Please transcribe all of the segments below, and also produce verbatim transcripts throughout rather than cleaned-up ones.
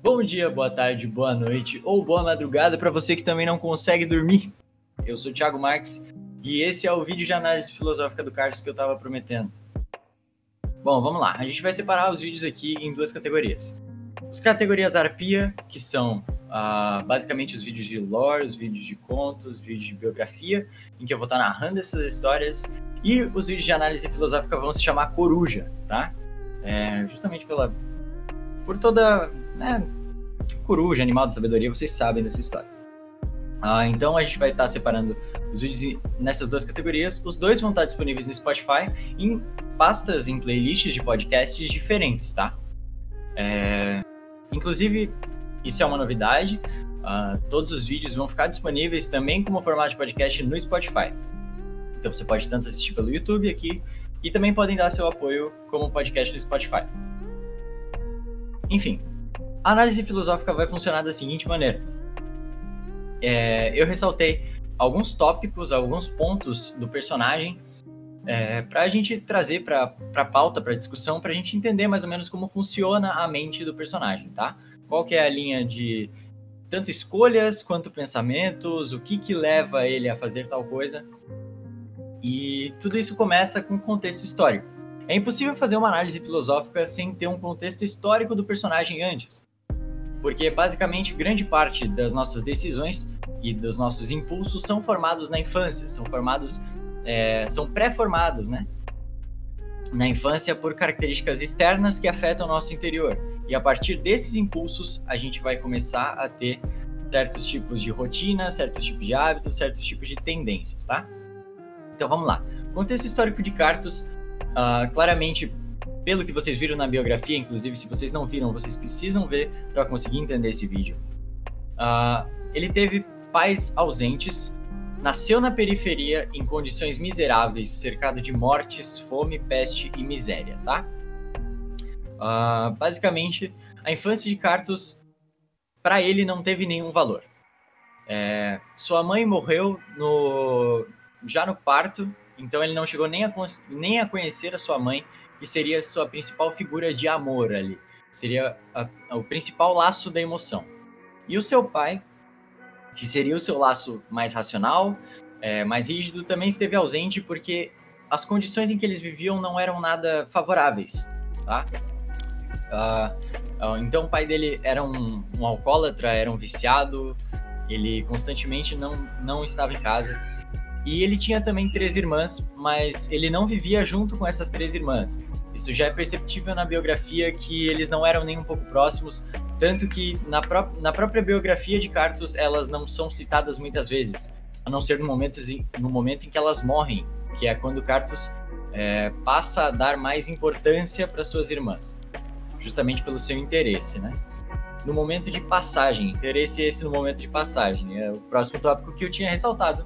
Bom dia, boa tarde, boa noite ou boa madrugada para você que também não consegue dormir. Eu sou o Thiago Marques e esse é o vídeo de análise filosófica do Carlos que eu estava prometendo. Bom, vamos lá. A gente vai separar os vídeos aqui em duas categorias. As categorias Arpia, que são ah, basicamente os vídeos de lore, os vídeos de contos, vídeos de biografia, em que eu vou estar narrando essas histórias, e os vídeos de análise filosófica vão se chamar Coruja, tá? É, justamente pela... por toda... né, coruja, animal de sabedoria, vocês sabem dessa história. Ah, então a gente vai estar separando os vídeos nessas duas categorias. Os dois vão estar disponíveis no Spotify em pastas, em playlists de podcasts diferentes, tá? É... Inclusive, isso é uma novidade. Uh, todos os vídeos vão ficar disponíveis também como formato de podcast no Spotify. Então você pode tanto assistir pelo YouTube aqui e também podem dar seu apoio como podcast no Spotify. Enfim, a análise filosófica vai funcionar da seguinte maneira. É, eu ressaltei alguns tópicos, alguns pontos do personagem é, para a gente trazer para a pauta, para a discussão, para a gente entender mais ou menos como funciona a mente do personagem, tá? Qual que é a linha de tanto escolhas quanto pensamentos, o que que leva ele a fazer tal coisa. E tudo isso começa com contexto histórico. É impossível fazer uma análise filosófica sem ter um contexto histórico do personagem antes. Porque, basicamente, grande parte das nossas decisões e dos nossos impulsos são formados na infância, são formados, é, são pré-formados, né? Na infância por características externas que afetam o nosso interior. E a partir desses impulsos, a gente vai começar a ter certos tipos de rotina, certos tipos de hábitos, certos tipos de tendências, tá? Então, vamos lá. Contexto histórico de Carthus, uh, claramente... pelo que vocês viram na biografia, inclusive, se vocês não viram, vocês precisam ver para conseguir entender esse vídeo. Uh, ele teve pais ausentes, nasceu na periferia em condições miseráveis, cercado de mortes, fome, peste e miséria, tá? Uh, basicamente, a infância de Carthus, para ele, não teve nenhum valor. É, sua mãe morreu no, já no parto, então ele não chegou nem a, nem a conhecer a sua mãe, que seria a sua principal figura de amor ali. Seria a, a, o principal laço da emoção. E o seu pai, que seria o seu laço mais racional, é, mais rígido, também esteve ausente porque as condições em que eles viviam não eram nada favoráveis, tá? Uh, uh, então o pai dele era um, um alcoólatra, era um viciado, ele constantemente não, não estava em casa. E ele tinha também três irmãs, mas ele não vivia junto com essas três irmãs. Isso já é perceptível na biografia que eles não eram nem um pouco próximos, tanto que na, pró- na própria biografia de Carthus elas não são citadas muitas vezes, a não ser no momento, no momento em que elas morrem, que é quando Carthus é, passa a dar mais importância para suas irmãs, justamente pelo seu interesse, né? No momento de passagem, interesse esse no momento de passagem, é o próximo tópico que eu tinha ressaltado.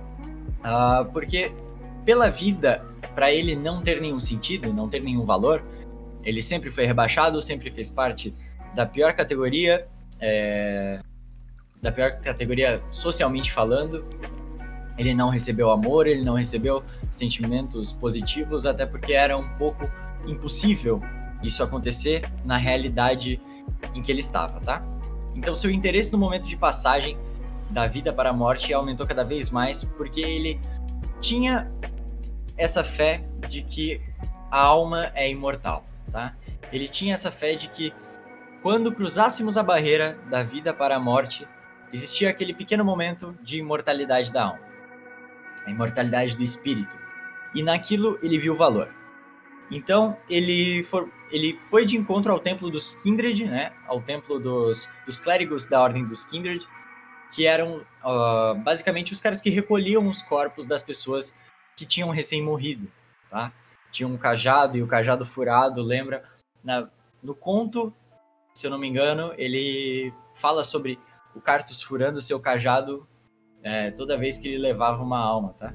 Uh, porque pela vida, para ele não ter nenhum sentido, não ter nenhum valor, ele sempre foi rebaixado, sempre fez parte da pior categoria, é, da pior categoria socialmente falando. Ele não recebeu amor, ele não recebeu sentimentos positivos, até porque era um pouco impossível isso acontecer na realidade em que ele estava, tá? Então, seu interesse no momento de passagem da vida para a morte aumentou cada vez mais, porque ele tinha essa fé de que a alma é imortal, tá? Ele tinha essa fé de que quando cruzássemos a barreira da vida para a morte, existia aquele pequeno momento de imortalidade da alma, a imortalidade do espírito, e naquilo ele viu valor. Então, ele, for, ele foi de encontro ao templo dos Kindred, né? Ao templo dos, dos clérigos da ordem dos Kindred, que eram uh, basicamente os caras que recolhiam os corpos das pessoas que tinham recém-morrido, tá? Tinha um cajado e o cajado furado, lembra? Na, no conto, se eu não me engano, ele fala sobre o Carthus furando o seu cajado é, toda vez que ele levava uma alma, tá?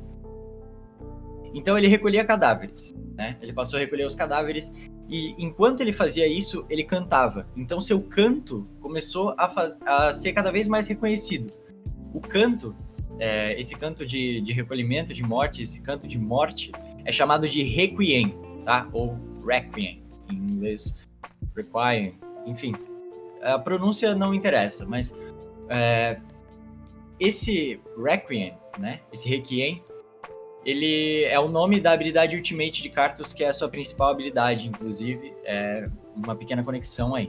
Então ele recolhia cadáveres, né? Ele passou a recolher os cadáveres e enquanto ele fazia isso, ele cantava. Então seu canto começou a, faz... a ser cada vez mais reconhecido. O canto, é, esse canto de, de recolhimento de morte, esse canto de morte, é chamado de requiem, tá? Ou requiem, em inglês, requiem, enfim. a pronúncia não interessa, mas é, esse Requiem, né, esse Requiem, ele é o nome da habilidade Ultimate de Carthus, que é a sua principal habilidade, inclusive, é uma pequena conexão aí.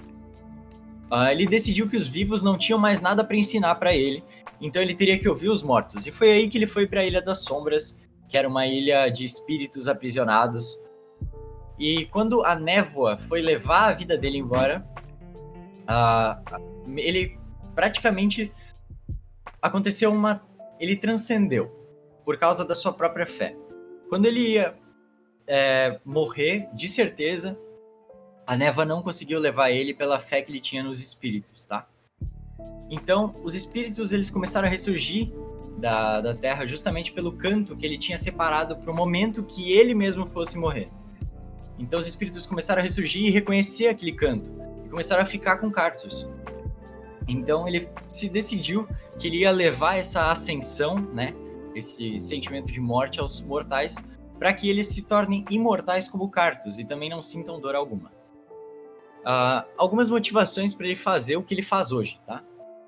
Uh, ele decidiu que os vivos não tinham mais nada para ensinar para ele, então ele teria que ouvir os mortos. E foi aí que ele foi para a Ilha das Sombras, que era uma ilha de espíritos aprisionados. E quando a névoa foi levar a vida dele embora, uh, ele praticamente aconteceu uma... ele transcendeu por causa da sua própria fé. Quando ele ia é, morrer, de certeza, a névoa não conseguiu levar ele pela fé que ele tinha nos espíritos, tá? Então, os espíritos eles começaram a ressurgir da, da Terra justamente pelo canto que ele tinha separado para o momento que ele mesmo fosse morrer. Então, os espíritos começaram a ressurgir e reconhecer aquele canto, e começaram a ficar com Carthus. Então, ele se decidiu que ele ia levar essa ascensão, né, esse sentimento de morte aos mortais, para que eles se tornem imortais como Carthus e também não sintam dor alguma. Uh, algumas motivações para ele fazer o que ele faz hoje, tá?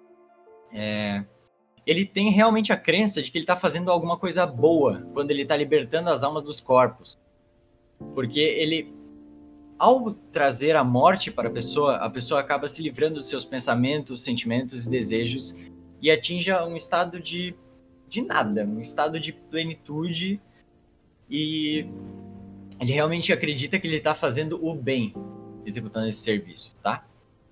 É, ele tem realmente a crença de que ele está fazendo alguma coisa boa quando ele está libertando as almas dos corpos. Porque ele, ao trazer a morte para a pessoa, a pessoa acaba se livrando dos seus pensamentos, sentimentos e desejos e atinge um estado de, de nada, um estado de plenitude, e ele realmente acredita que ele está fazendo o bem executando esse serviço, tá?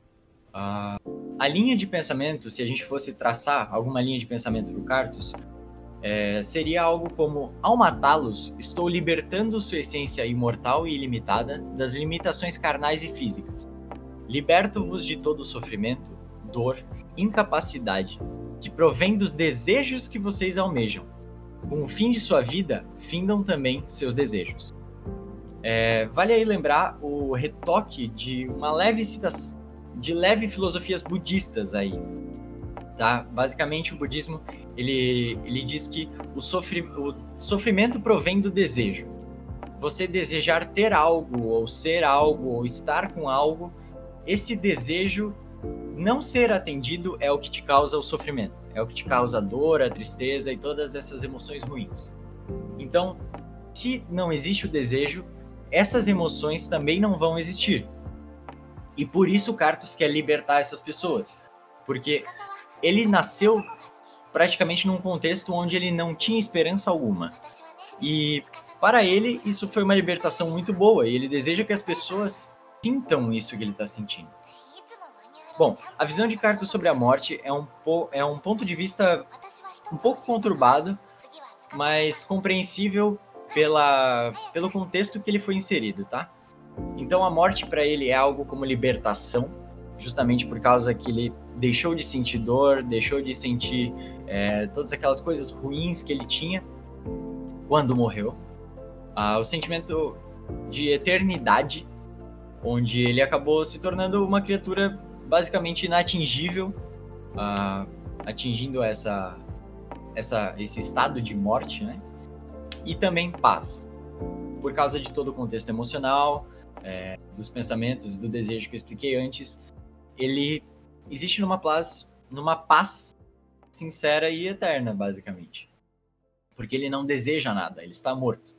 Uh, a linha de pensamento, se a gente fosse traçar alguma linha de pensamento para o Carthus, é, seria algo como: ao matá-los, estou libertando sua essência imortal e ilimitada das limitações carnais e físicas. Liberto-vos de todo o sofrimento, dor, incapacidade, que provém dos desejos que vocês almejam. Com o fim de sua vida, findam também seus desejos. É, vale aí lembrar o retoque de uma leve citação, de leve filosofias budistas aí, tá? Basicamente, o budismo ele, ele diz que o, sofri, o sofrimento provém do desejo. Você desejar ter algo, ou ser algo, ou estar com algo, esse desejo não ser atendido é o que te causa o sofrimento, é o que te causa a dor, a tristeza e todas essas emoções ruins. Então, se não existe o desejo, essas emoções também não vão existir. E por isso o Carthus quer libertar essas pessoas, porque ele nasceu praticamente num contexto onde ele não tinha esperança alguma. E para ele isso foi uma libertação muito boa, e ele deseja que as pessoas sintam isso que ele está sentindo. Bom, a visão de Carthus sobre a morte é um, po- é um ponto de vista um pouco conturbado, mas compreensível pela, pelo contexto que ele foi inserido, tá? Então a morte para ele é algo como libertação, justamente por causa que ele deixou de sentir dor, deixou de sentir é, todas aquelas coisas ruins que ele tinha quando morreu. Ah, o sentimento de eternidade, onde ele acabou se tornando uma criatura basicamente inatingível, ah, atingindo essa, essa, esse estado de morte, né? E também paz, por causa de todo o contexto emocional, é, dos pensamentos, do desejo que eu expliquei antes. Ele existe numa paz, numa paz sincera e eterna, basicamente, porque ele não deseja nada, ele está morto.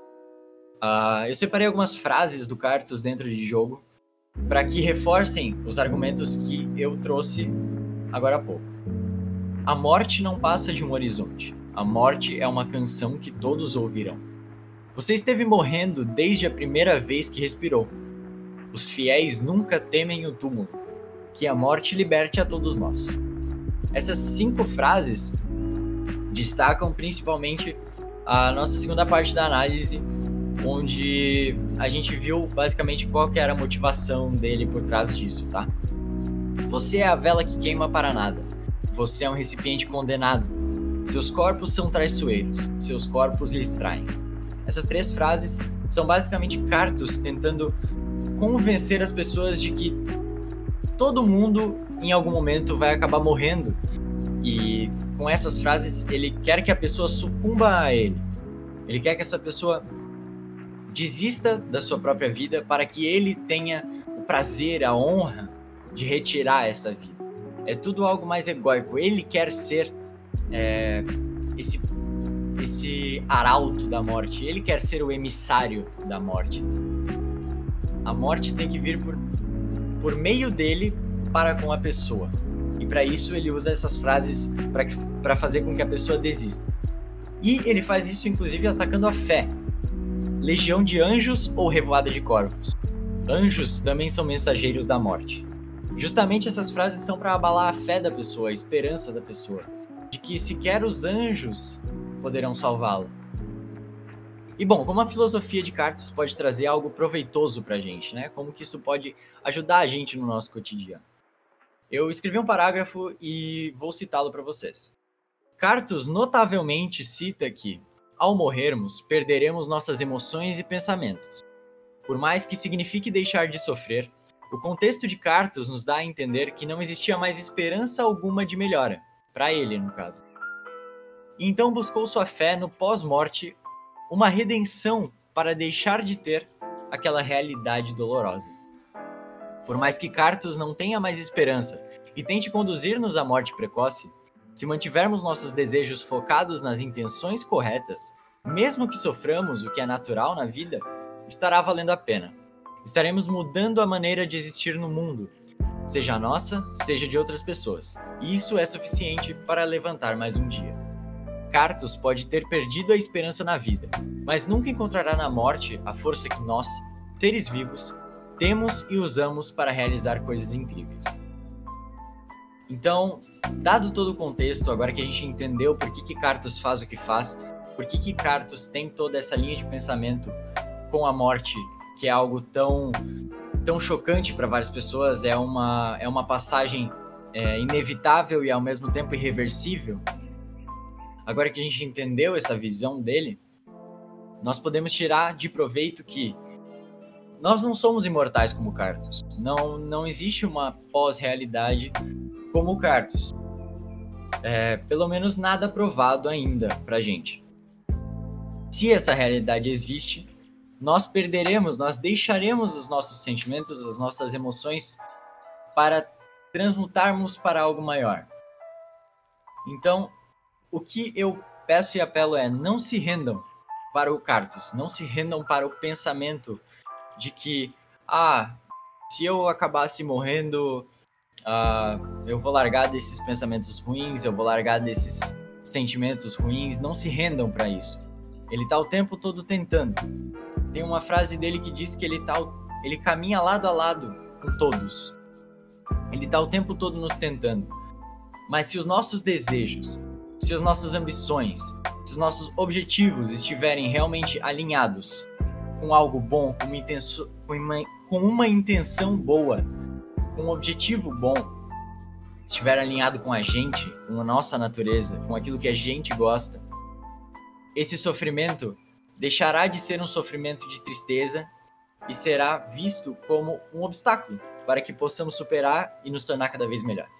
Uh, eu separei algumas frases do Carthus dentro de jogo para que reforcem os argumentos que eu trouxe agora há pouco. A morte não passa de um horizonte. A morte é uma canção que todos ouvirão. Você esteve morrendo desde a primeira vez que respirou. Os fiéis nunca temem o túmulo. Que a morte liberte a todos nós. Essas cinco frases destacam principalmente a nossa segunda parte da análise, onde a gente viu basicamente qual que era a motivação dele por trás disso, tá? Você é a vela que queima para nada. Você é um recipiente condenado. Seus corpos são traiçoeiros. Seus corpos lhes traem. Essas três frases são basicamente Carthus tentando convencer as pessoas de que todo mundo em algum momento vai acabar morrendo, e com essas frases ele quer que a pessoa sucumba a ele. Ele quer que essa pessoa desista da sua própria vida para que ele tenha o prazer, a honra de retirar essa vida. É tudo algo mais egóico. Ele quer ser é, esse, esse arauto da morte. Ele quer ser o emissário da morte. A morte tem que vir por, por meio dele para com a pessoa. E para isso ele usa essas frases para fazer com que a pessoa desista. E ele faz isso inclusive atacando a fé. Legião de anjos ou revoada de corvos. Anjos também são mensageiros da morte. Justamente essas frases são para abalar a fé da pessoa, a esperança da pessoa, de que sequer os anjos poderão salvá-lo. E bom, como a filosofia de Cartus pode trazer algo proveitoso para a gente, né? Como que isso pode ajudar a gente no nosso cotidiano? Eu escrevi um parágrafo e vou citá-lo para vocês. Cartus notavelmente cita que, ao morrermos, perderemos nossas emoções e pensamentos. Por mais que signifique deixar de sofrer, o contexto de Cartus nos dá a entender que não existia mais esperança alguma de melhora, para ele, no caso. E então buscou sua fé no pós-morte uma redenção para deixar de ter aquela realidade dolorosa. Por mais que Cartus não tenha mais esperança e tente conduzir-nos à morte precoce, se mantivermos nossos desejos focados nas intenções corretas, mesmo que soframos o que é natural na vida, estará valendo a pena. Estaremos mudando a maneira de existir no mundo, seja a nossa, seja de outras pessoas. E isso é suficiente para levantar mais um dia. Cartus pode ter perdido a esperança na vida, mas nunca encontrará na morte a força que nós, seres vivos, temos e usamos para realizar coisas incríveis. Então, dado todo o contexto, agora que a gente entendeu por que, que Cartus faz o que faz, por que, que Cartus tem toda essa linha de pensamento com a morte, que é algo tão, tão chocante para várias pessoas, é uma, é uma passagem é, inevitável e ao mesmo tempo irreversível. Agora que a gente entendeu essa visão dele, nós podemos tirar de proveito que nós não somos imortais como Cartus. Não, não existe uma pós-realidade como o Cartus. É, pelo menos nada provado ainda pra gente. Se essa realidade existe, nós perderemos, nós deixaremos os nossos sentimentos, as nossas emoções para transmutarmos para algo maior. Então, o que eu peço e apelo é: não se rendam para o Cartus, não se rendam para o pensamento de que, ah, se eu acabasse morrendo, ah, eu vou largar desses pensamentos ruins, eu vou largar desses sentimentos ruins. Não se rendam para isso. Ele está o tempo todo tentando. Tem uma frase dele que diz que ele, tá, ele caminha lado a lado com todos. Ele está o tempo todo nos tentando. Mas se os nossos desejos, se as nossas ambições, se os nossos objetivos estiverem realmente alinhados com algo bom, com uma, intenso, com uma, com uma intenção boa, com um objetivo bom, estiver alinhado com a gente, com a nossa natureza, com aquilo que a gente gosta, esse sofrimento deixará de ser um sofrimento de tristeza e será visto como um obstáculo para que possamos superar e nos tornar cada vez melhores.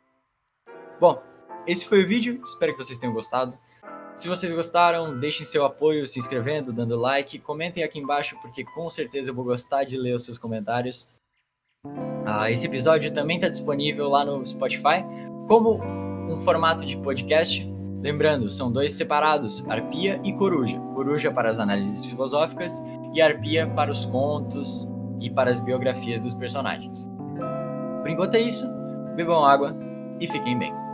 Bom, esse foi o vídeo, espero que vocês tenham gostado. Se vocês gostaram, deixem seu apoio se inscrevendo, dando like, comentem aqui embaixo, porque com certeza eu vou gostar de ler os seus comentários. Ah, esse episódio também está disponível lá no Spotify como um formato de podcast. Lembrando, são dois separados, Arpia e Coruja. Coruja para as análises filosóficas e Arpia para os contos e para as biografias dos personagens. Por enquanto é isso, bebam água e fiquem bem.